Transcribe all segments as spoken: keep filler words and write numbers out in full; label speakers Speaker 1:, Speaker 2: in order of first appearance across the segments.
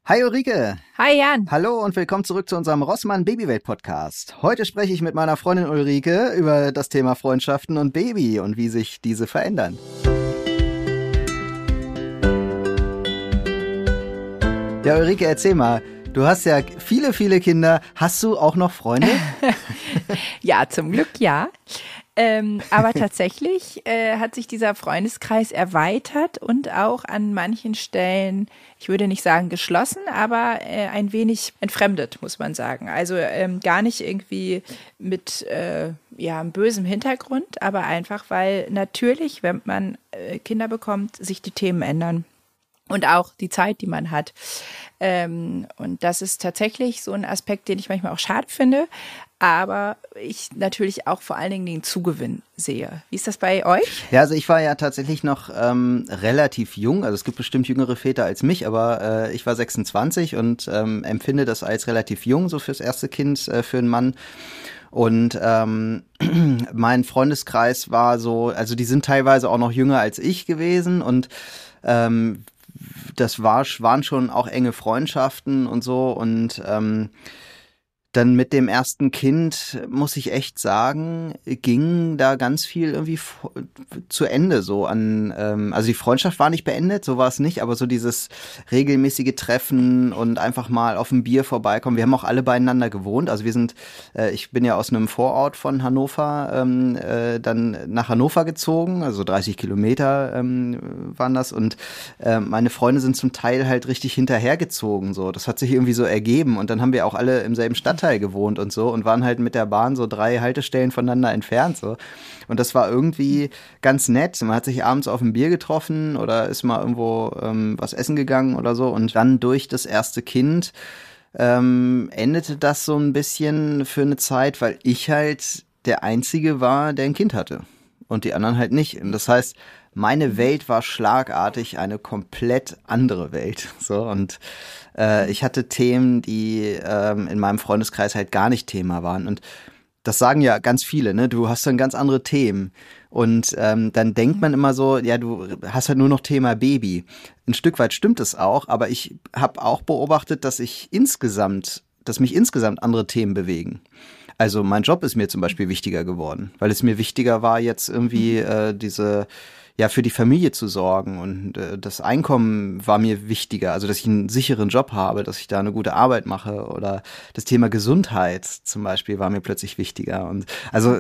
Speaker 1: Hi Ulrike.
Speaker 2: Hi Jan.
Speaker 1: Hallo und willkommen zurück zu unserem Rossmann Babywelt Podcast. Heute spreche ich mit meiner Freundin Ulrike über das Thema Freundschaften und Baby und wie sich diese verändern. Ja, Ulrike, erzähl mal. Du hast ja viele, viele Kinder. Hast du auch noch Freunde?
Speaker 2: Ja, zum Glück ja. Ähm, aber tatsächlich äh, hat sich dieser Freundeskreis erweitert und auch an manchen Stellen, ich würde nicht sagen geschlossen, aber äh, ein wenig entfremdet, muss man sagen. Also ähm, gar nicht irgendwie mit äh, ja, einem bösen Hintergrund, aber einfach, weil natürlich, wenn man äh, Kinder bekommt, sich die Themen ändern. Und auch die Zeit, die man hat. Ähm, und das ist tatsächlich so ein Aspekt, den ich manchmal auch schade finde, aber ich natürlich auch vor allen Dingen den Zugewinn sehe. Wie ist das bei euch?
Speaker 1: Ja, also ich war ja tatsächlich noch ähm, relativ jung. Also es gibt bestimmt jüngere Väter als mich, aber äh, ich war sechsundzwanzig und ähm, empfinde das als relativ jung, so fürs erste Kind, äh, für einen Mann. Und ähm, mein Freundeskreis war so, also die sind teilweise auch noch jünger als ich gewesen und ähm, das war, waren schon auch enge Freundschaften und so und ähm, dann mit dem ersten Kind, muss ich echt sagen, ging da ganz viel irgendwie zu Ende so an, ähm, also die Freundschaft war nicht beendet, so war es nicht, aber so dieses regelmäßige Treffen und einfach mal auf ein Bier vorbeikommen. Wir haben auch alle beieinander gewohnt, also wir sind, äh, ich bin ja aus einem Vorort von Hannover ähm, äh, dann nach Hannover gezogen, also dreißig Kilometer ähm, waren das und äh, meine Freunde sind zum Teil halt richtig hinterhergezogen, so. Das hat sich irgendwie so ergeben und dann haben wir auch alle im selben Stadtteil gewohnt und so und waren halt mit der Bahn so drei Haltestellen voneinander entfernt so und das war irgendwie ganz nett. Man hat sich abends auf ein Bier getroffen oder ist mal irgendwo ähm, was essen gegangen oder so und dann durch das erste Kind ähm, endete das so ein bisschen für eine Zeit, weil ich halt der Einzige war, der ein Kind hatte und die anderen halt nicht und das heißt, meine Welt war schlagartig eine komplett andere Welt. So und äh, ich hatte Themen, die ähm, in meinem Freundeskreis halt gar nicht Thema waren. Und das sagen ja ganz viele, ne? Du hast dann ganz andere Themen. Und ähm, dann denkt man immer so, ja, du hast halt nur noch Thema Baby. Ein Stück weit stimmt es auch, aber ich habe auch beobachtet, dass ich insgesamt, dass mich insgesamt andere Themen bewegen. Also mein Job ist mir zum Beispiel wichtiger geworden, weil es mir wichtiger war, jetzt irgendwie äh, diese ja für die Familie zu sorgen und äh, das Einkommen war mir wichtiger, also dass ich einen sicheren Job habe, dass ich da eine gute Arbeit mache oder das Thema Gesundheit zum Beispiel war mir plötzlich wichtiger und also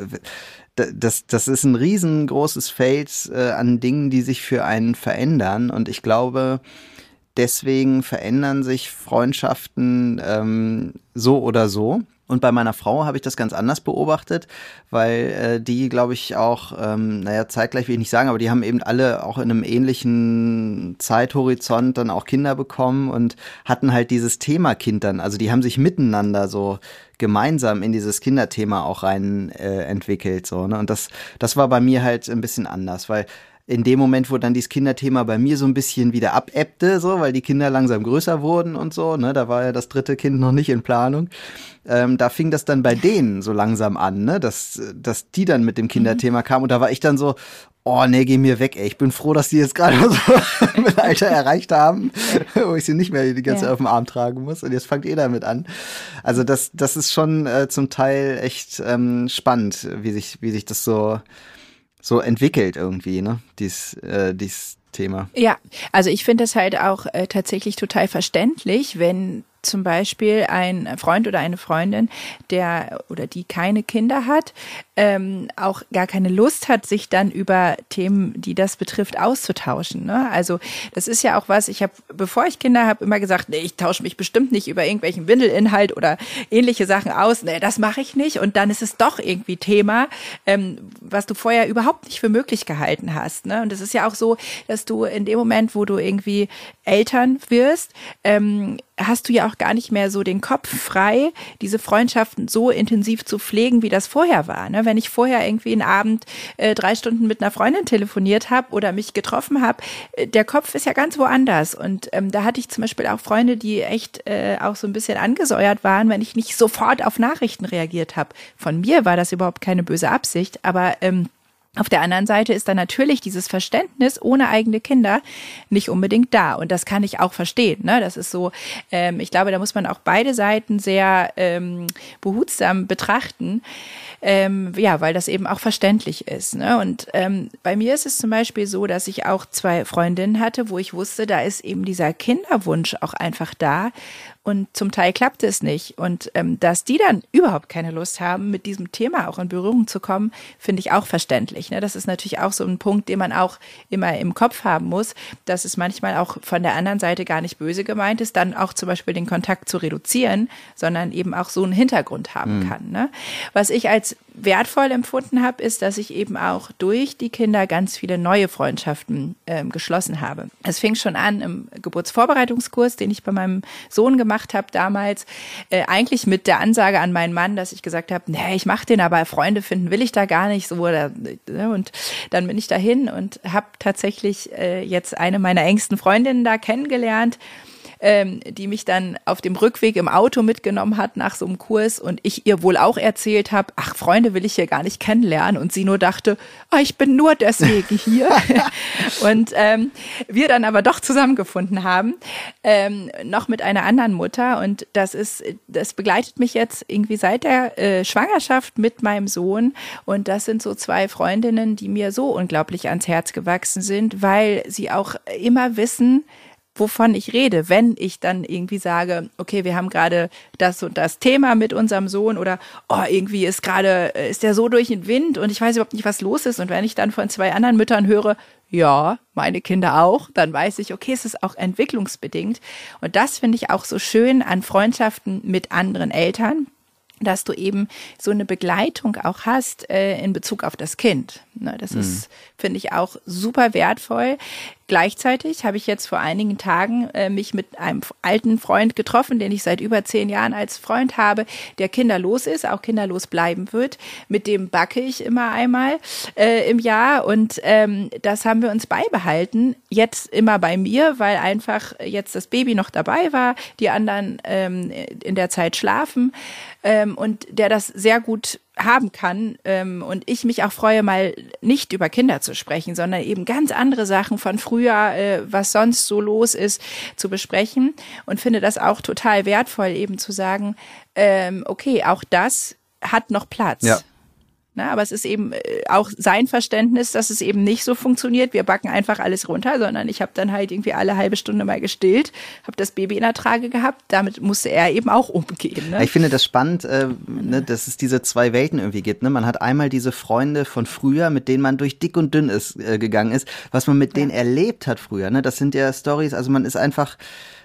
Speaker 1: das das ist ein riesengroßes Feld äh, an Dingen, die sich für einen verändern und ich glaube, deswegen verändern sich Freundschaften ähm, so oder so. Und bei meiner Frau habe ich das ganz anders beobachtet, weil äh, die, glaube ich, auch, ähm, naja, zeitgleich will ich nicht sagen, aber die haben eben alle auch in einem ähnlichen Zeithorizont dann auch Kinder bekommen und hatten halt dieses Thema Kind dann. Also die haben sich miteinander so gemeinsam in dieses Kinderthema auch rein äh, entwickelt. So, ne? Und das, das war bei mir halt ein bisschen anders, weil in dem Moment, wo dann dieses Kinderthema bei mir so ein bisschen wieder abebbte, so, weil die Kinder langsam größer wurden und so, ne, da war ja das dritte Kind noch nicht in Planung, ähm, da fing das dann bei denen so langsam an, ne, dass, dass die dann mit dem Kinderthema kamen und da war ich dann so, oh, nee, geh mir weg, ey, ich bin froh, dass die jetzt gerade so mit Alter erreicht haben, wo ich sie nicht mehr die ganze Zeit
Speaker 2: Ja.
Speaker 1: auf dem Arm tragen muss und jetzt fangt ihr damit an. Also das, das ist schon äh, zum Teil echt ähm, spannend, wie sich, wie sich das so so entwickelt irgendwie, ne, dies, äh, dies Thema.
Speaker 2: Ja, also ich finde das halt auch äh, tatsächlich total verständlich, wenn zum Beispiel ein Freund oder eine Freundin, der oder die keine Kinder hat, ähm, auch gar keine Lust hat, sich dann über Themen, die das betrifft, auszutauschen. Ne? Also das ist ja auch was, ich habe, bevor ich Kinder habe, immer gesagt, nee, ich tausche mich bestimmt nicht über irgendwelchen Windelinhalt oder ähnliche Sachen aus. Nee, das mache ich nicht. Und dann ist es doch irgendwie Thema, ähm, was du vorher überhaupt nicht für möglich gehalten hast. Ne? Und es ist ja auch so, dass du in dem Moment, wo du irgendwie Eltern wirst, ähm, hast du ja auch gar nicht mehr so den Kopf frei, diese Freundschaften so intensiv zu pflegen, wie das vorher war. Ne? Wenn ich vorher irgendwie einen Abend äh, drei Stunden mit einer Freundin telefoniert habe oder mich getroffen habe, äh, der Kopf ist ja ganz woanders. Und ähm, da hatte ich zum Beispiel auch Freunde, die echt äh, auch so ein bisschen angesäuert waren, wenn ich nicht sofort auf Nachrichten reagiert habe. Von mir war das überhaupt keine böse Absicht, aber ähm, Auf der anderen Seite ist dann natürlich dieses Verständnis ohne eigene Kinder nicht unbedingt da. Und das kann ich auch verstehen. Ne? Das ist so, ähm, ich glaube, da muss man auch beide Seiten sehr ähm, behutsam betrachten. Ähm, ja, weil das eben auch verständlich ist. Ne? Und ähm, bei mir ist es zum Beispiel so, dass ich auch zwei Freundinnen hatte, wo ich wusste, da ist eben dieser Kinderwunsch auch einfach da. Und zum Teil klappt es nicht. Und ähm, dass die dann überhaupt keine Lust haben, mit diesem Thema auch in Berührung zu kommen, finde ich auch verständlich. Ne? Das ist natürlich auch so ein Punkt, den man auch immer im Kopf haben muss, dass es manchmal auch von der anderen Seite gar nicht böse gemeint ist, dann auch zum Beispiel den Kontakt zu reduzieren, sondern eben auch so einen Hintergrund haben mhm. kann. Ne? Was ich als wertvoll empfunden habe, ist, dass ich eben auch durch die Kinder ganz viele neue Freundschaften ähm, geschlossen habe. Es fing schon an im Geburtsvorbereitungskurs, den ich bei meinem Sohn gemacht habe damals, äh, eigentlich mit der Ansage an meinen Mann, dass ich gesagt habe, nee, ich mache den, aber Freunde finden will ich da gar nicht so. Oder, und dann bin ich dahin und habe tatsächlich äh, jetzt eine meiner engsten Freundinnen da kennengelernt, Ähm, die mich dann auf dem Rückweg im Auto mitgenommen hat nach so einem Kurs und ich ihr wohl auch erzählt habe, ach, Freunde will ich hier gar nicht kennenlernen und sie nur dachte, oh, ich bin nur deswegen hier. Und ähm, wir dann aber doch zusammengefunden haben, ähm, noch mit einer anderen Mutter und das ist, das begleitet mich jetzt irgendwie seit der äh, Schwangerschaft mit meinem Sohn und das sind so zwei Freundinnen, die mir so unglaublich ans Herz gewachsen sind, weil sie auch immer wissen, wovon ich rede, wenn ich dann irgendwie sage, okay, wir haben gerade das und das Thema mit unserem Sohn oder oh, irgendwie ist gerade, ist der so durch den Wind und ich weiß überhaupt nicht, was los ist. Und wenn ich dann von zwei anderen Müttern höre, ja, meine Kinder auch, dann weiß ich, okay, es ist auch entwicklungsbedingt. Und das finde ich auch so schön an Freundschaften mit anderen Eltern, dass du eben so eine Begleitung auch hast äh, in Bezug auf das Kind. Ne, das mhm. ist, finde ich, auch super wertvoll. Gleichzeitig habe ich jetzt vor einigen Tagen äh, mich mit einem alten Freund getroffen, den ich seit über zehn Jahren als Freund habe, der kinderlos ist, auch kinderlos bleiben wird. Mit dem backe ich immer einmal äh, im Jahr und ähm, das haben wir uns beibehalten. Jetzt immer bei mir, weil einfach jetzt das Baby noch dabei war, die anderen ähm, in der Zeit schlafen ähm, und der das sehr gut haben kann ähm, und ich mich auch freue, mal nicht über Kinder zu sprechen, sondern eben ganz andere Sachen von früher, äh, was sonst so los ist, zu besprechen und finde das auch total wertvoll, eben zu sagen, ähm, okay, auch das hat noch Platz. Ja. Na, aber es ist eben auch sein Verständnis, dass es eben nicht so funktioniert. Wir backen einfach alles runter, sondern ich habe dann halt irgendwie alle halbe Stunde mal gestillt, habe das Baby in der Trage gehabt. Damit musste er eben auch umgehen. Ne?
Speaker 1: Ich finde das spannend, äh, ne, dass es diese zwei Welten irgendwie gibt. Ne? Man hat einmal diese Freunde von früher, mit denen man durch dick und dünn ist äh, gegangen ist, was man mit denen ja. erlebt hat früher. Ne? Das sind ja Storys, also man ist einfach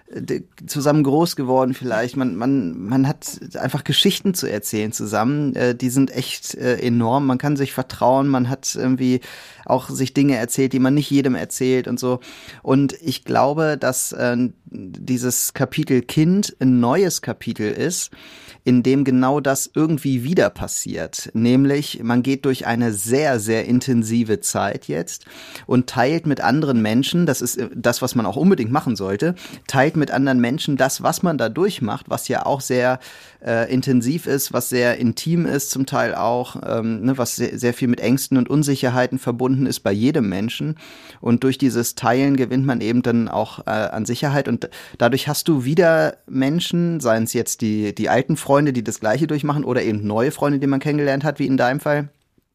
Speaker 1: zusammen groß geworden vielleicht. Man, man, man hat einfach Geschichten zu erzählen zusammen. Äh, die sind echt äh, enorm. Man kann sich vertrauen. Man hat irgendwie auch sich Dinge erzählt, die man nicht jedem erzählt und so. Und ich glaube, dass äh, dieses Kapitel Kind ein neues Kapitel ist, in dem genau das irgendwie wieder passiert. Nämlich, man geht durch eine sehr, sehr intensive Zeit jetzt und teilt mit anderen Menschen, das ist das, was man auch unbedingt machen sollte, teilt mit anderen Menschen das, was man da durchmacht, was ja auch sehr äh, intensiv ist, was sehr intim ist, zum Teil auch, ähm, ne, was sehr, sehr viel mit Ängsten und Unsicherheiten verbunden ist bei jedem Menschen. Und durch dieses Teilen gewinnt man eben dann auch äh, an Sicherheit und dadurch hast du wieder Menschen, seien es jetzt die, die alten Freunde, die das Gleiche durchmachen oder eben neue Freunde, die man kennengelernt hat, wie in deinem Fall,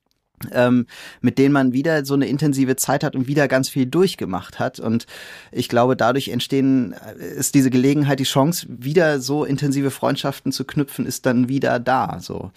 Speaker 1: ähm, mit denen man wieder so eine intensive Zeit hat und wieder ganz viel durchgemacht hat. Und ich glaube, dadurch entstehen, ist diese Gelegenheit, die Chance, wieder so intensive Freundschaften zu knüpfen, ist dann wieder da, so.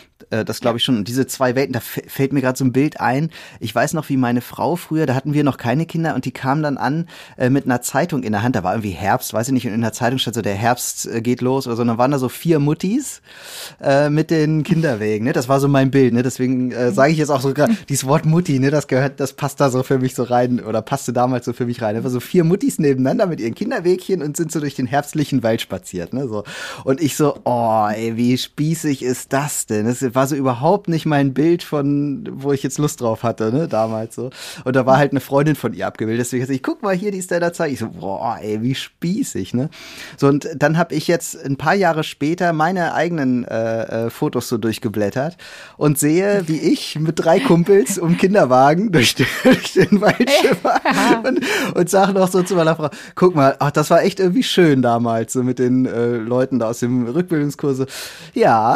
Speaker 1: Das glaube ich schon. Und diese zwei Welten, da f- fällt mir gerade so ein Bild ein. Ich weiß noch, wie meine Frau früher, da hatten wir noch keine Kinder und die kam dann an äh, mit einer Zeitung in der Hand. Da war irgendwie Herbst, weiß ich nicht, und in der Zeitung stand so, der Herbst äh, geht los oder so. Und dann waren da so vier Muttis äh, mit den Kinderwägen. Ne? Das war so mein Bild. Ne? Deswegen äh, sage ich jetzt auch so gerade, dieses Wort Mutti, ne, das gehört, das passt da so für mich so rein oder passte damals so für mich rein. Da waren so vier Muttis nebeneinander mit ihren Kinderwägchen und sind so durch den herbstlichen Wald spaziert. Ne? So. Und ich so, oh, ey, wie spießig ist das denn? Das ist das war so überhaupt nicht mein Bild von, wo ich jetzt Lust drauf hatte, ne, damals so. Und da war halt eine Freundin von ihr abgebildet, deswegen ich, guck mal hier, die ist da da zeigt. Ich so, boah, ey, wie spießig, ne. So, und dann habe ich jetzt ein paar Jahre später meine eigenen äh, äh, Fotos so durchgeblättert und sehe, wie ich mit drei Kumpels um Kinderwagen durch den, durch den Wald schiffer und, und sage noch so zu meiner Frau, guck mal, ach, das war echt irgendwie schön damals, so mit den äh, Leuten da aus dem Rückbildungskurse. Ja,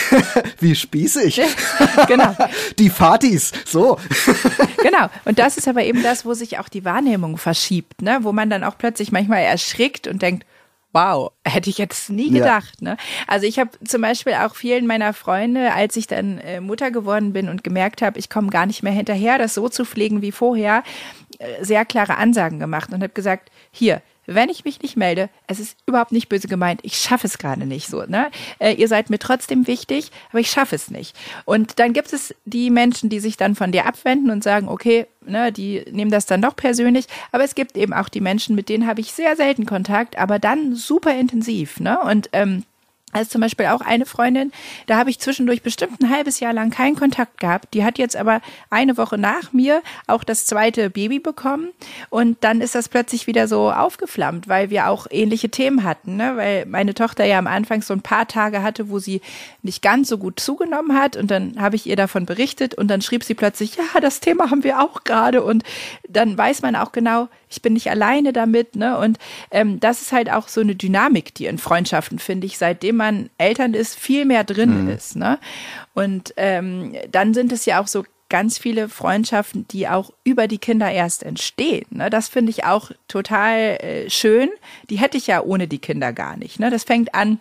Speaker 1: wie spießig.
Speaker 2: Genau.
Speaker 1: Die Fatis, so.
Speaker 2: Genau. Und das ist aber eben das, wo sich auch die Wahrnehmung verschiebt, ne? Wo man dann auch plötzlich manchmal erschrickt und denkt, wow, hätte ich jetzt nie gedacht. Ja. Ne? Also ich habe zum Beispiel auch vielen meiner Freunde, als ich dann äh, Mutter geworden bin und gemerkt habe, ich komme gar nicht mehr hinterher, das so zu pflegen wie vorher, äh, sehr klare Ansagen gemacht und habe gesagt, hier, wenn ich mich nicht melde, es ist überhaupt nicht böse gemeint, ich schaffe es gerade nicht so. Ne? Äh, ihr seid mir trotzdem wichtig, aber ich schaffe es nicht. Und dann gibt es die Menschen, die sich dann von dir abwenden und sagen, okay, ne, die nehmen das dann doch persönlich. Aber es gibt eben auch die Menschen, mit denen habe ich sehr selten Kontakt, aber dann super intensiv. Ne? Und ähm, also zum Beispiel auch eine Freundin, da habe ich zwischendurch bestimmt ein halbes Jahr lang keinen Kontakt gehabt. Die hat jetzt aber eine Woche nach mir auch das zweite Baby bekommen und dann ist das plötzlich wieder so aufgeflammt, weil wir auch ähnliche Themen hatten, ne? Weil meine Tochter ja am Anfang so ein paar Tage hatte, wo sie nicht ganz so gut zugenommen hat und dann habe ich ihr davon berichtet und dann schrieb sie plötzlich, ja, das Thema haben wir auch gerade und dann weiß man auch genau, ich bin nicht alleine damit, ne? Und ähm, das ist halt auch so eine Dynamik, die in Freundschaften, finde ich, seitdem man Eltern ist, viel mehr drin mhm. ist, ne? Und ähm, dann sind es ja auch so ganz viele Freundschaften, die auch über die Kinder erst entstehen, ne? Das finde ich auch total äh, schön. Die hätte ich ja ohne die Kinder gar nicht, ne? Das fängt an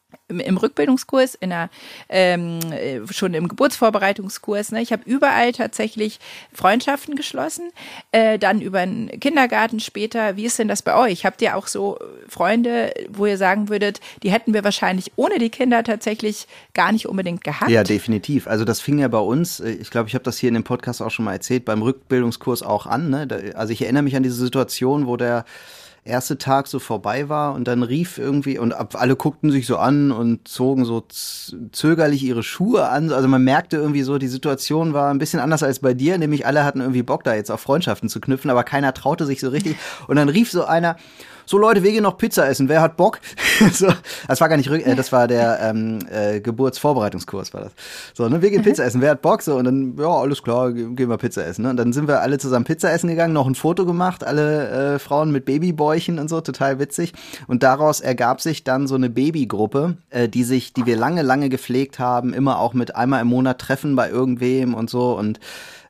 Speaker 2: im Rückbildungskurs, in der, ähm, schon im Geburtsvorbereitungskurs. Ne? Ich habe überall tatsächlich Freundschaften geschlossen, äh, dann über den Kindergarten später. Wie ist denn das bei euch? Habt ihr auch so Freunde, wo ihr sagen würdet, die hätten wir wahrscheinlich ohne die Kinder tatsächlich gar nicht unbedingt gehabt?
Speaker 1: Ja, definitiv. Also das fing ja bei uns, ich glaube, ich habe das hier in dem Podcast auch schon mal erzählt, beim Rückbildungskurs auch an. Ne? Also ich erinnere mich an diese Situation, wo der erste Tag so vorbei war und dann rief irgendwie und alle guckten sich so an und zogen so zögerlich ihre Schuhe an. Also man merkte irgendwie so, die Situation war ein bisschen anders als bei dir, nämlich alle hatten irgendwie Bock da jetzt auf Freundschaften zu knüpfen, aber keiner traute sich so richtig. Und dann rief so einer, so Leute, wir gehen noch Pizza essen, wer hat Bock? So, das war gar nicht, äh, das war der ähm, äh, Geburtsvorbereitungskurs war das. So, ne, wir gehen Pizza essen, wer hat Bock? So, und dann, ja, alles klar, gehen wir Pizza essen. Ne? Und dann sind wir alle zusammen Pizza essen gegangen, noch ein Foto gemacht, alle äh, Frauen mit Babybäuchen und so, total witzig. Und daraus ergab sich dann so eine Babygruppe, äh, die sich, die wir lange, lange gepflegt haben, immer auch mit einmal im Monat Treffen bei irgendwem und so und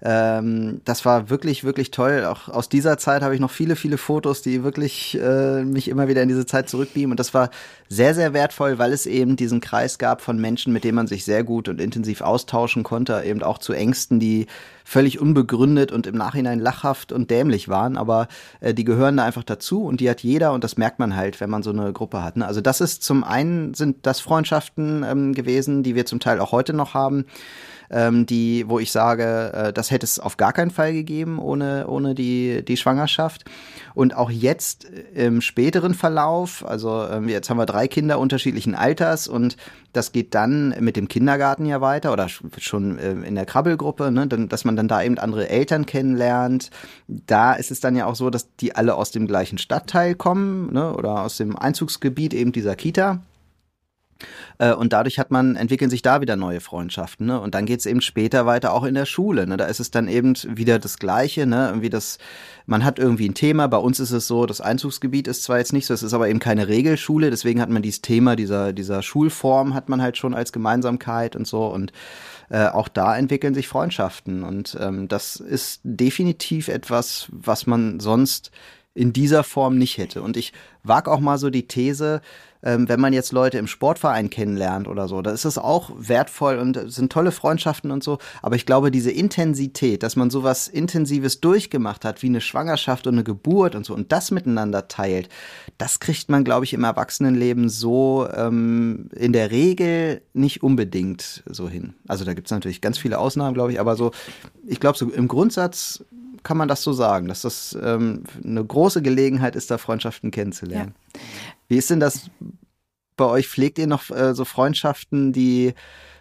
Speaker 1: Ähm, das war wirklich, wirklich toll. Auch aus dieser Zeit habe ich noch viele, viele Fotos, die wirklich äh, mich immer wieder in diese Zeit zurückbeamen. Und das war sehr, sehr wertvoll, weil es eben diesen Kreis gab von Menschen, mit denen man sich sehr gut und intensiv austauschen konnte. Eben auch zu Ängsten, die völlig unbegründet und im Nachhinein lachhaft und dämlich waren. Aber äh, die gehören da einfach dazu und die hat jeder. Und das merkt man halt, wenn man so eine Gruppe hat. Ne? Also das ist zum einen, sind das Freundschaften ähm, gewesen, die wir zum Teil auch heute noch haben. Ähm, die, wo ich sage, äh, das hätte es auf gar keinen Fall gegeben ohne ohne die die Schwangerschaft. Und auch jetzt im späteren Verlauf, also ähm, jetzt haben wir drei Kinder unterschiedlichen Alters und das geht dann mit dem Kindergarten ja weiter oder schon äh, in der Krabbelgruppe, ne, dann, dass man dann da eben andere Eltern kennenlernt. Da ist es dann ja auch so, dass die alle aus dem gleichen Stadtteil kommen, ne, oder aus dem Einzugsgebiet eben dieser Kita. Und dadurch hat man, entwickeln sich da wieder neue Freundschaften, ne? Und dann geht's eben später weiter auch in der Schule, ne? Da ist es dann eben wieder das Gleiche, ne? Irgendwie das, man hat irgendwie ein Thema. Bei uns ist es so, das Einzugsgebiet ist zwar jetzt nicht so, es ist aber eben keine Regelschule, deswegen hat man dieses Thema dieser, dieser Schulform hat man halt schon als Gemeinsamkeit und so und äh, auch da entwickeln sich Freundschaften und ähm, das ist definitiv etwas, was man sonst in dieser Form nicht hätte. Und ich wage auch mal so die These, ähm, wenn man jetzt Leute im Sportverein kennenlernt oder so, da ist es auch wertvoll und es sind tolle Freundschaften und so. Aber ich glaube, diese Intensität, dass man sowas Intensives durchgemacht hat, wie eine Schwangerschaft und eine Geburt und so, und das miteinander teilt, das kriegt man, glaube ich, im Erwachsenenleben so ähm, in der Regel nicht unbedingt so hin. Also da gibt es natürlich ganz viele Ausnahmen, glaube ich, aber so, ich glaube, so im Grundsatz kann man das so sagen, dass das ähm, eine große Gelegenheit ist, da Freundschaften kennenzulernen. Ja. Wie ist denn das bei euch? Pflegt ihr noch äh, so Freundschaften, die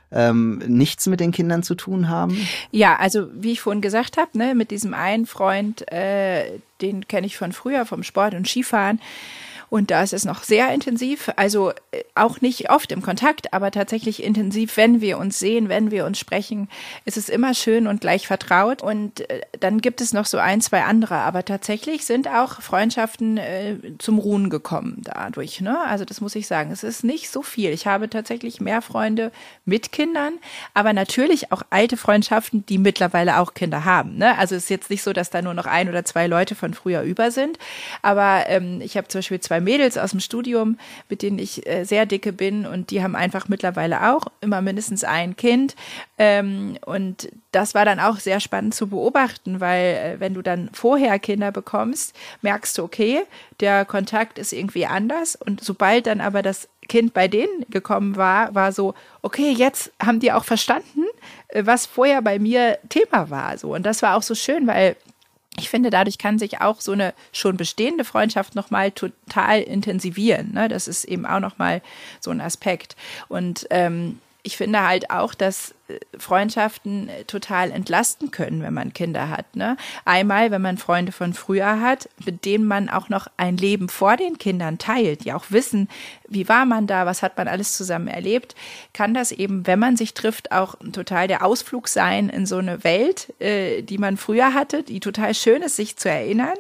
Speaker 1: ähm, nichts mit den Kindern zu tun haben?
Speaker 2: Ja, also wie ich vorhin gesagt habe, ne, mit diesem einen Freund, äh, den kenne ich von früher, vom Sport und Skifahren. Und da ist es noch sehr intensiv, also auch nicht oft im Kontakt, aber tatsächlich intensiv, wenn wir uns sehen, wenn wir uns sprechen, ist es immer schön und gleich vertraut. Und dann gibt es noch so ein, zwei andere, aber tatsächlich sind auch Freundschaften äh, zum Ruhen gekommen dadurch, ne? Also das muss ich sagen, es ist nicht so viel. Ich habe tatsächlich mehr Freunde mit Kindern, aber natürlich auch alte Freundschaften, die mittlerweile auch Kinder haben, ne? Also es ist jetzt nicht so, dass da nur noch ein oder zwei Leute von früher über sind, aber ähm, ich habe zum Beispiel zwei Mädels aus dem Studium, mit denen ich äh, sehr dicke bin und die haben einfach mittlerweile auch immer mindestens ein Kind ähm, und das war dann auch sehr spannend zu beobachten, weil äh, wenn du dann vorher Kinder bekommst, merkst du, okay, der Kontakt ist irgendwie anders und sobald dann aber das Kind bei denen gekommen war, war so, okay, jetzt haben die auch verstanden, äh, was vorher bei mir Thema war, so. Und das war auch so schön, weil ich finde, dadurch kann sich auch so eine schon bestehende Freundschaft nochmal total intensivieren. Ne? Das ist eben auch nochmal so ein Aspekt. Und ähm, ich finde halt auch, dass Freundschaften total entlasten können, wenn man Kinder hat. Ne? Einmal, wenn man Freunde von früher hat, mit denen man auch noch ein Leben vor den Kindern teilt, die auch wissen, wie war man da, was hat man alles zusammen erlebt, kann das eben, wenn man sich trifft, auch total der Ausflug sein in so eine Welt, äh, die man früher hatte, die total schön ist, sich zu erinnern.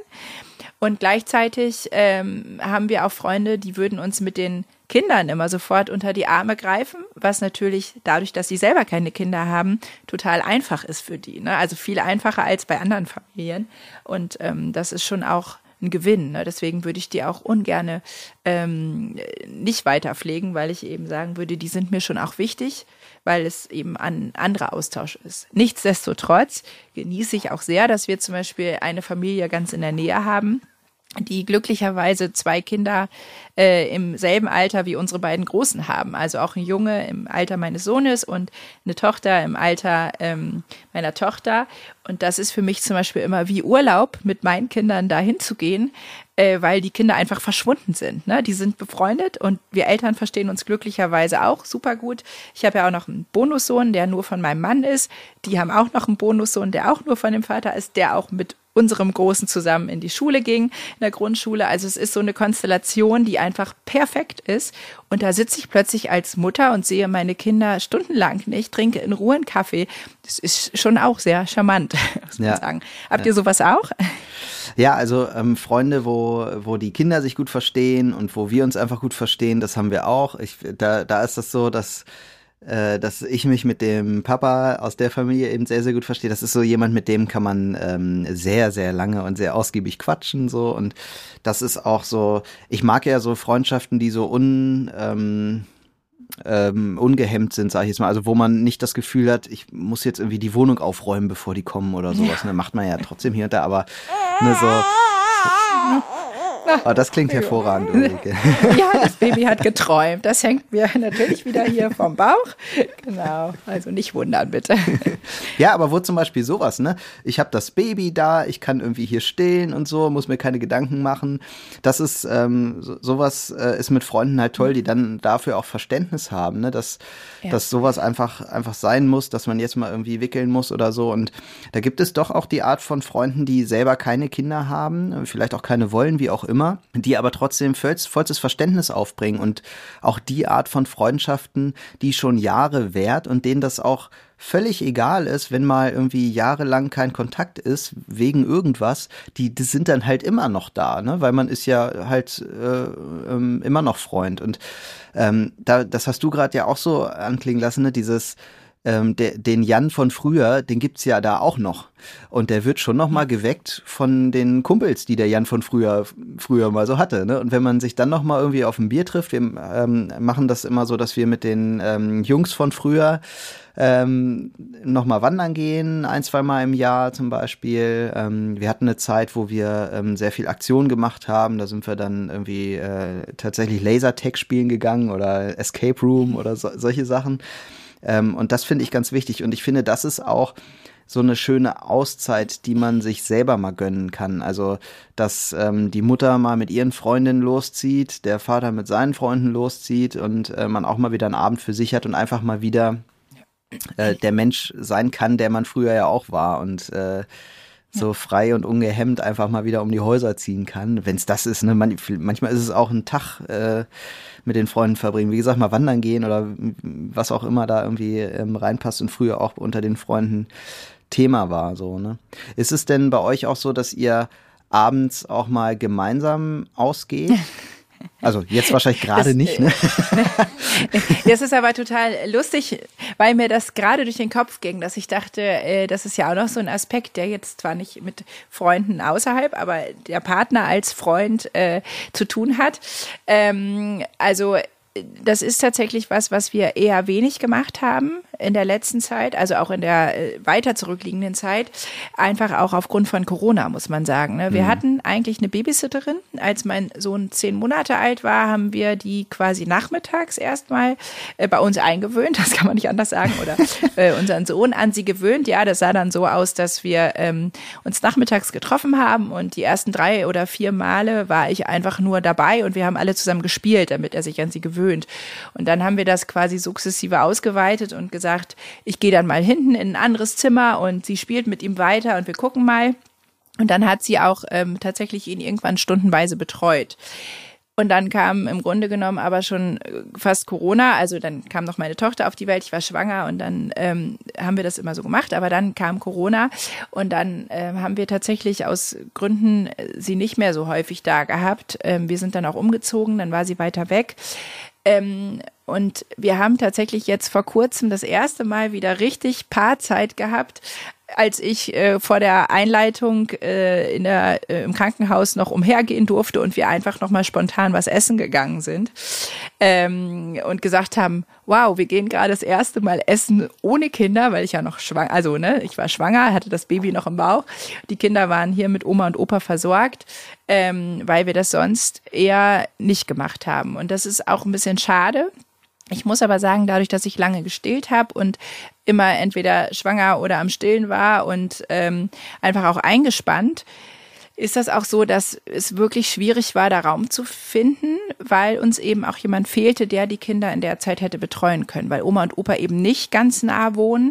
Speaker 2: Und gleichzeitig ähm, haben wir auch Freunde, die würden uns mit den Kindern immer sofort unter die Arme greifen, was natürlich dadurch, dass sie selber keine Kinder haben, total einfach ist für die. Ne? Also viel einfacher als bei anderen Familien. Und ähm, das ist schon auch ein Gewinn. Ne? Deswegen würde ich die auch ungerne ähm, nicht weiter pflegen, weil ich eben sagen würde, die sind mir schon auch wichtig, weil es eben ein anderer Austausch ist. Nichtsdestotrotz genieße ich auch sehr, dass wir zum Beispiel eine Familie ganz in der Nähe haben, die glücklicherweise zwei Kinder äh, im selben Alter wie unsere beiden Großen haben. Also auch ein Junge im Alter meines Sohnes und eine Tochter im Alter ähm, meiner Tochter. Und das ist für mich zum Beispiel immer wie Urlaub, mit meinen Kindern dahin zu gehen, äh, weil die Kinder einfach verschwunden sind. Ne? Die sind befreundet und wir Eltern verstehen uns glücklicherweise auch super gut. Ich habe ja auch noch einen Bonussohn, der nur von meinem Mann ist. Die haben auch noch einen Bonussohn, der auch nur von dem Vater ist, der auch mit unserem Großen zusammen in die Schule ging, in der Grundschule. Also es ist so eine Konstellation, die einfach perfekt ist. Und da sitze ich plötzlich als Mutter und sehe meine Kinder stundenlang nicht, trinke in Ruhe einen Kaffee. Das ist schon auch sehr charmant, muss man
Speaker 1: ja.
Speaker 2: sagen. Habt
Speaker 1: ja.
Speaker 2: ihr sowas auch?
Speaker 1: Ja, also ähm, Freunde, wo, wo die Kinder sich gut verstehen und wo wir uns einfach gut verstehen, das haben wir auch. Ich, da, da ist das so, dass dass ich mich mit dem Papa aus der Familie eben sehr, sehr gut verstehe. Das ist so jemand, mit dem kann man ähm, sehr, sehr lange und sehr ausgiebig quatschen so. Und das ist auch so, ich mag ja so Freundschaften, die so un, ähm, ähm, ungehemmt sind, sag ich jetzt mal. Also wo man nicht das Gefühl hat, ich muss jetzt irgendwie die Wohnung aufräumen, bevor die kommen oder sowas. Ja. Ne, macht man ja trotzdem hier und da, aber ne, so... Oh, das klingt hervorragend, Ulrike.
Speaker 2: Ja, das Baby hat geträumt. Das hängt mir natürlich wieder hier vom Bauch. Genau, also nicht wundern, bitte.
Speaker 1: Ja, aber wo zum Beispiel sowas, ne? Ich habe das Baby da, ich kann irgendwie hier stillen und so, muss mir keine Gedanken machen. Das ist, ähm, so, sowas äh, ist mit Freunden halt toll, die dann dafür auch Verständnis haben, ne? Dass, ja. dass sowas einfach, einfach sein muss, dass man jetzt mal irgendwie wickeln muss oder so. Und da gibt es doch auch die Art von Freunden, die selber keine Kinder haben, vielleicht auch keine wollen, wie auch immer. Die aber trotzdem vollstes Verständnis aufbringen und auch die Art von Freundschaften, die schon Jahre währt und denen das auch völlig egal ist, wenn mal irgendwie jahrelang kein Kontakt ist, wegen irgendwas, die, die sind dann halt immer noch da, ne? Weil man ist ja halt äh, ähm, immer noch Freund. Und ähm, da, das hast du gerade ja auch so anklingen lassen, ne? Dieses Ähm, der, den Jan von früher, den gibt's ja da auch noch. Und der wird schon noch mal geweckt von den Kumpels, die der Jan von früher früher mal so hatte. Ne? Und wenn man sich dann noch mal irgendwie auf ein Bier trifft, wir ähm, machen das immer so, dass wir mit den ähm, Jungs von früher ähm, noch mal wandern gehen, ein, zwei Mal im Jahr zum Beispiel. Ähm, wir hatten eine Zeit, wo wir ähm, sehr viel Aktion gemacht haben. Da sind wir dann irgendwie äh, tatsächlich Lasertag spielen gegangen oder Escape Room oder so, solche Sachen. Ähm, und das finde ich ganz wichtig. Und ich finde, das ist auch so eine schöne Auszeit, die man sich selber mal gönnen kann. Also, dass ähm, die Mutter mal mit ihren Freundinnen loszieht, der Vater mit seinen Freunden loszieht und äh, man auch mal wieder einen Abend für sich hat und einfach mal wieder äh, der Mensch sein kann, der man früher ja auch war und äh, so frei und ungehemmt einfach mal wieder um die Häuser ziehen kann. Wenn es das ist, ne, man, manchmal ist es auch ein Tag äh, mit den Freunden verbringen. Wie gesagt, mal wandern gehen oder was auch immer da irgendwie ähm, reinpasst und früher auch unter den Freunden Thema war. So, ne? Ist es denn bei euch auch so, dass ihr abends auch mal gemeinsam ausgeht? Also jetzt wahrscheinlich gerade nicht, ne?
Speaker 2: Das ist aber total lustig, weil mir das gerade durch den Kopf ging, dass ich dachte, äh, das ist ja auch noch so ein Aspekt, der jetzt zwar nicht mit Freunden außerhalb, aber der Partner als Freund äh, zu tun hat. Ähm, also das ist tatsächlich was, was wir eher wenig gemacht haben in der letzten Zeit, also auch in der äh, weiter zurückliegenden Zeit, einfach auch aufgrund von Corona, muss man sagen. Ne? Wir mhm. hatten eigentlich eine Babysitterin. Als mein Sohn zehn Monate alt war, haben wir die quasi nachmittags erstmal äh, bei uns eingewöhnt, das kann man nicht anders sagen, oder äh, unseren Sohn an sie gewöhnt. Ja, das sah dann so aus, dass wir ähm, uns nachmittags getroffen haben und die ersten drei oder vier Male war ich einfach nur dabei und wir haben alle zusammen gespielt, damit er sich an sie gewöhnt. Und dann haben wir das quasi sukzessive ausgeweitet und gesagt, ich gehe dann mal hinten in ein anderes Zimmer und sie spielt mit ihm weiter und wir gucken mal. Und dann hat sie auch ähm, tatsächlich ihn irgendwann stundenweise betreut. Und dann kam im Grunde genommen aber schon fast Corona, also dann kam noch meine Tochter auf die Welt, ich war schwanger und dann ähm, haben wir das immer so gemacht, aber dann kam Corona und dann ähm, haben wir tatsächlich aus Gründen sie nicht mehr so häufig da gehabt. Ähm, wir sind dann auch umgezogen, dann war sie weiter weg. Ähm, und wir haben tatsächlich jetzt vor kurzem das erste Mal wieder richtig Paarzeit gehabt, als ich äh, vor der Einleitung äh, in der, äh, im Krankenhaus noch umhergehen durfte und wir einfach noch mal spontan was essen gegangen sind ähm, und gesagt haben, wow, wir gehen gerade das erste Mal essen ohne Kinder, weil ich ja noch schwanger, also ne, ich war schwanger, hatte das Baby noch im Bauch. Die Kinder waren hier mit Oma und Opa versorgt, ähm, weil wir das sonst eher nicht gemacht haben. Und das ist auch ein bisschen schade. Ich muss aber sagen, dadurch, dass ich lange gestillt habe und immer entweder schwanger oder am Stillen war und ähm, einfach auch eingespannt, ist das auch so, dass es wirklich schwierig war, da Raum zu finden, weil uns eben auch jemand fehlte, der die Kinder in der Zeit hätte betreuen können, weil Oma und Opa eben nicht ganz nah wohnen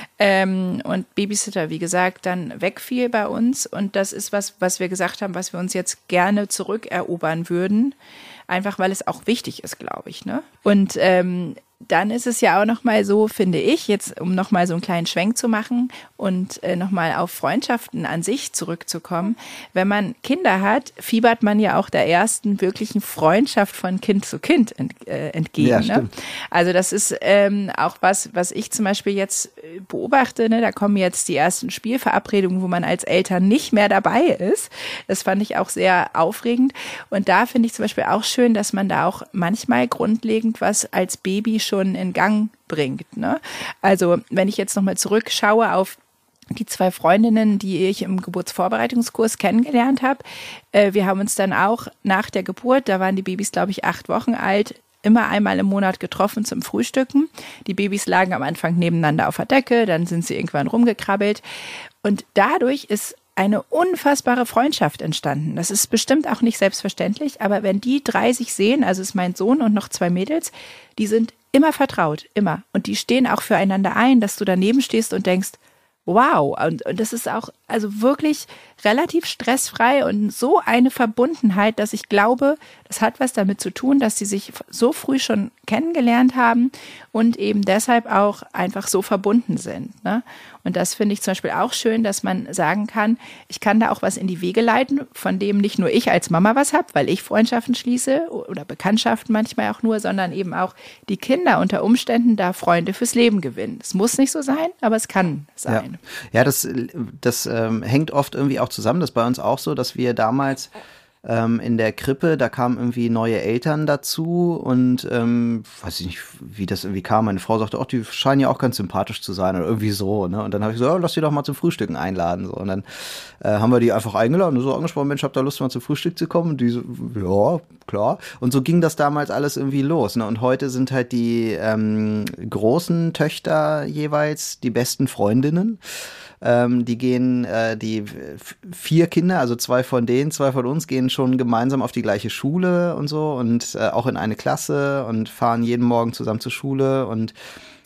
Speaker 2: ähm, und Babysitter, wie gesagt, dann wegfiel bei uns. Und das ist was, was wir gesagt haben, was wir uns jetzt gerne zurückerobern würden. Einfach, weil es auch wichtig ist, glaube ich, ne? Und ähm, dann ist es ja auch nochmal so, finde ich, jetzt um nochmal so einen kleinen Schwenk zu machen und äh, nochmal auf Freundschaften an sich zurückzukommen. Wenn man Kinder hat, fiebert man ja auch der ersten wirklichen Freundschaft von Kind zu Kind ent, äh, entgegen. Ja, ne? Also das ist ähm, auch was, was ich zum Beispiel jetzt beobachte. Ne? Da kommen jetzt die ersten Spielverabredungen, wo man als Eltern nicht mehr dabei ist. Das fand ich auch sehr aufregend. Und da finde ich zum Beispiel auch schön, dass man da auch manchmal grundlegend was als Baby schon in Gang bringt. Ne? Also wenn ich jetzt nochmal zurückschaue auf die zwei Freundinnen, die ich im Geburtsvorbereitungskurs kennengelernt habe, äh, wir haben uns dann auch nach der Geburt, da waren die Babys, glaube ich, acht Wochen alt, immer einmal im Monat getroffen zum Frühstücken. Die Babys lagen am Anfang nebeneinander auf der Decke, dann sind sie irgendwann rumgekrabbelt. Und dadurch ist eine unfassbare Freundschaft entstanden. Das ist bestimmt auch nicht selbstverständlich, aber wenn die drei sich sehen, also ist mein Sohn und noch zwei Mädels, die sind immer vertraut, immer. Und die stehen auch füreinander ein, dass du daneben stehst und denkst, wow. Und, und das ist auch also wirklich relativ stressfrei und so eine Verbundenheit, dass ich glaube, das hat was damit zu tun, dass sie sich so früh schon kennengelernt haben und eben deshalb auch einfach so verbunden sind. Ne? Und das finde ich zum Beispiel auch schön, dass man sagen kann, ich kann da auch was in die Wege leiten, von dem nicht nur ich als Mama was habe, weil ich Freundschaften schließe oder Bekanntschaften manchmal auch nur, sondern eben auch die Kinder unter Umständen da Freunde fürs Leben gewinnen. Es muss nicht so sein, aber es kann sein.
Speaker 1: Ja, ja das, das ähm, hängt oft irgendwie auch zusammen. Das ist bei uns auch so, dass wir damals ähm, in der Krippe, da kamen irgendwie neue Eltern dazu und ähm, weiß ich nicht, wie das irgendwie kam. Meine Frau sagte, ach, die scheinen ja auch ganz sympathisch zu sein oder irgendwie so. Ne? Und dann habe ich gesagt, oh, lass die doch mal zum Frühstücken einladen. So. Und dann äh, haben wir die einfach eingeladen und so angesprochen, Mensch, habt ihr Lust, mal zum Frühstück zu kommen? Und die so, ja, klar. Und so ging das damals alles irgendwie los. Ne? Und heute sind halt die ähm, großen Töchter jeweils die besten Freundinnen. Ähm, die gehen, äh, die f- vier Kinder, also zwei von denen, zwei von uns, gehen schon gemeinsam auf die gleiche Schule und so und äh, auch in eine Klasse und fahren jeden Morgen zusammen zur Schule und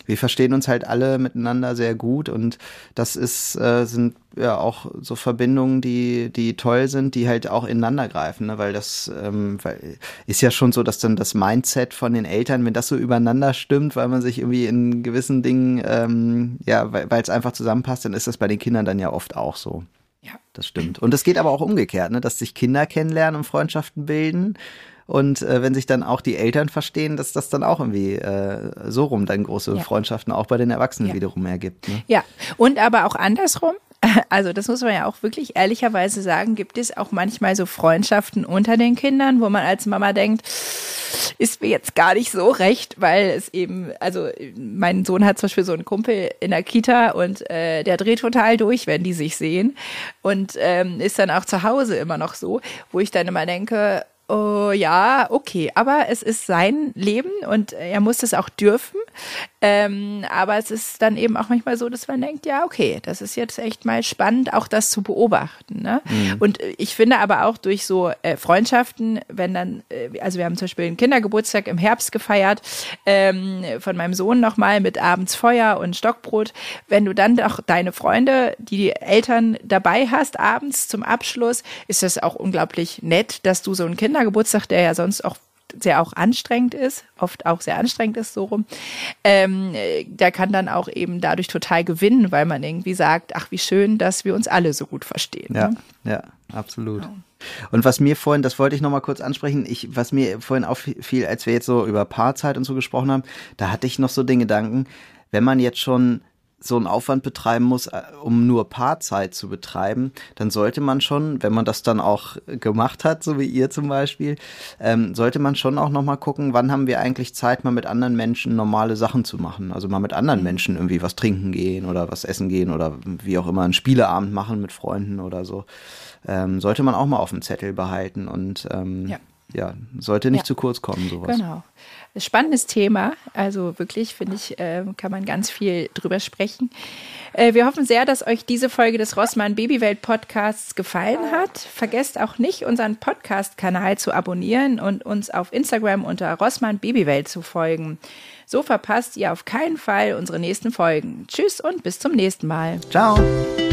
Speaker 1: wir verstehen uns halt alle miteinander sehr gut und das ist, äh, sind ja auch so Verbindungen, die, die toll sind, die halt auch ineinander greifen, ne? Weil das ähm, weil, ist ja schon so, dass dann das Mindset von den Eltern, wenn das so übereinander stimmt, weil man sich irgendwie in gewissen Dingen, ähm, ja, weil es einfach zusammenpasst, dann ist das bei den Kindern dann ja oft auch so.
Speaker 2: Ja.
Speaker 1: Das stimmt. Und es geht aber auch umgekehrt, ne? Dass sich Kinder kennenlernen und Freundschaften bilden. Und äh, wenn sich dann auch die Eltern verstehen, dass das dann auch irgendwie äh, so rum dann große
Speaker 2: ja.
Speaker 1: Freundschaften auch bei den Erwachsenen
Speaker 2: ja.
Speaker 1: wiederum ergibt. Ne?
Speaker 2: Ja, und aber auch andersrum. Also das muss man ja auch wirklich ehrlicherweise sagen, gibt es auch manchmal so Freundschaften unter den Kindern, wo man als Mama denkt, ist mir jetzt gar nicht so recht, weil es eben, also mein Sohn hat zum Beispiel so einen Kumpel in der Kita und äh, der dreht total durch, wenn die sich sehen und ähm, ist dann auch zu Hause immer noch so, wo ich dann immer denke, oh ja, okay, aber es ist sein Leben und er muss das auch dürfen. Ähm, aber es ist dann eben auch manchmal so, dass man denkt, ja, okay, das ist jetzt echt mal spannend, auch das zu beobachten. Ne? Mhm. Und ich finde aber auch durch so äh, Freundschaften, wenn dann, äh, also wir haben zum Beispiel einen Kindergeburtstag im Herbst gefeiert, ähm, von meinem Sohn nochmal mit abends Feuer und Stockbrot. Wenn du dann doch deine Freunde, die die Eltern dabei hast, abends zum Abschluss, ist das auch unglaublich nett, dass du so einen Kindergeburtstag, der ja sonst auch sehr auch anstrengend ist, oft auch sehr anstrengend ist, so rum, ähm, der kann dann auch eben dadurch total gewinnen, weil man irgendwie sagt, ach, wie schön, dass wir uns alle so gut verstehen.
Speaker 1: Ja,
Speaker 2: ne?
Speaker 1: ja, absolut. Ja. Und was mir vorhin, das wollte ich nochmal kurz ansprechen, ich, was mir vorhin auffiel, als wir jetzt so über Paarzeit und so gesprochen haben, da hatte ich noch so den Gedanken, wenn man jetzt schon so einen Aufwand betreiben muss, um nur Paarzeit zu betreiben, dann sollte man schon, wenn man das dann auch gemacht hat, so wie ihr zum Beispiel, ähm, sollte man schon auch nochmal gucken, wann haben wir eigentlich Zeit, mal mit anderen Menschen normale Sachen zu machen. Also mal mit anderen Menschen irgendwie was trinken gehen oder was essen gehen oder wie auch immer einen Spieleabend machen mit Freunden oder so. Ähm, sollte man auch mal auf dem Zettel behalten und ähm, ja. ja, sollte nicht ja. zu kurz kommen, sowas.
Speaker 2: Genau. Spannendes Thema, also wirklich, finde ich, äh, kann man ganz viel drüber sprechen. Äh, wir hoffen sehr, dass euch diese Folge des Rossmann Babywelt Podcasts gefallen hat. Vergesst auch nicht, unseren Podcast-Kanal zu abonnieren und uns auf Instagram unter Rossmann Babywelt zu folgen. So verpasst ihr auf keinen Fall unsere nächsten Folgen. Tschüss und bis zum nächsten Mal.
Speaker 1: Ciao.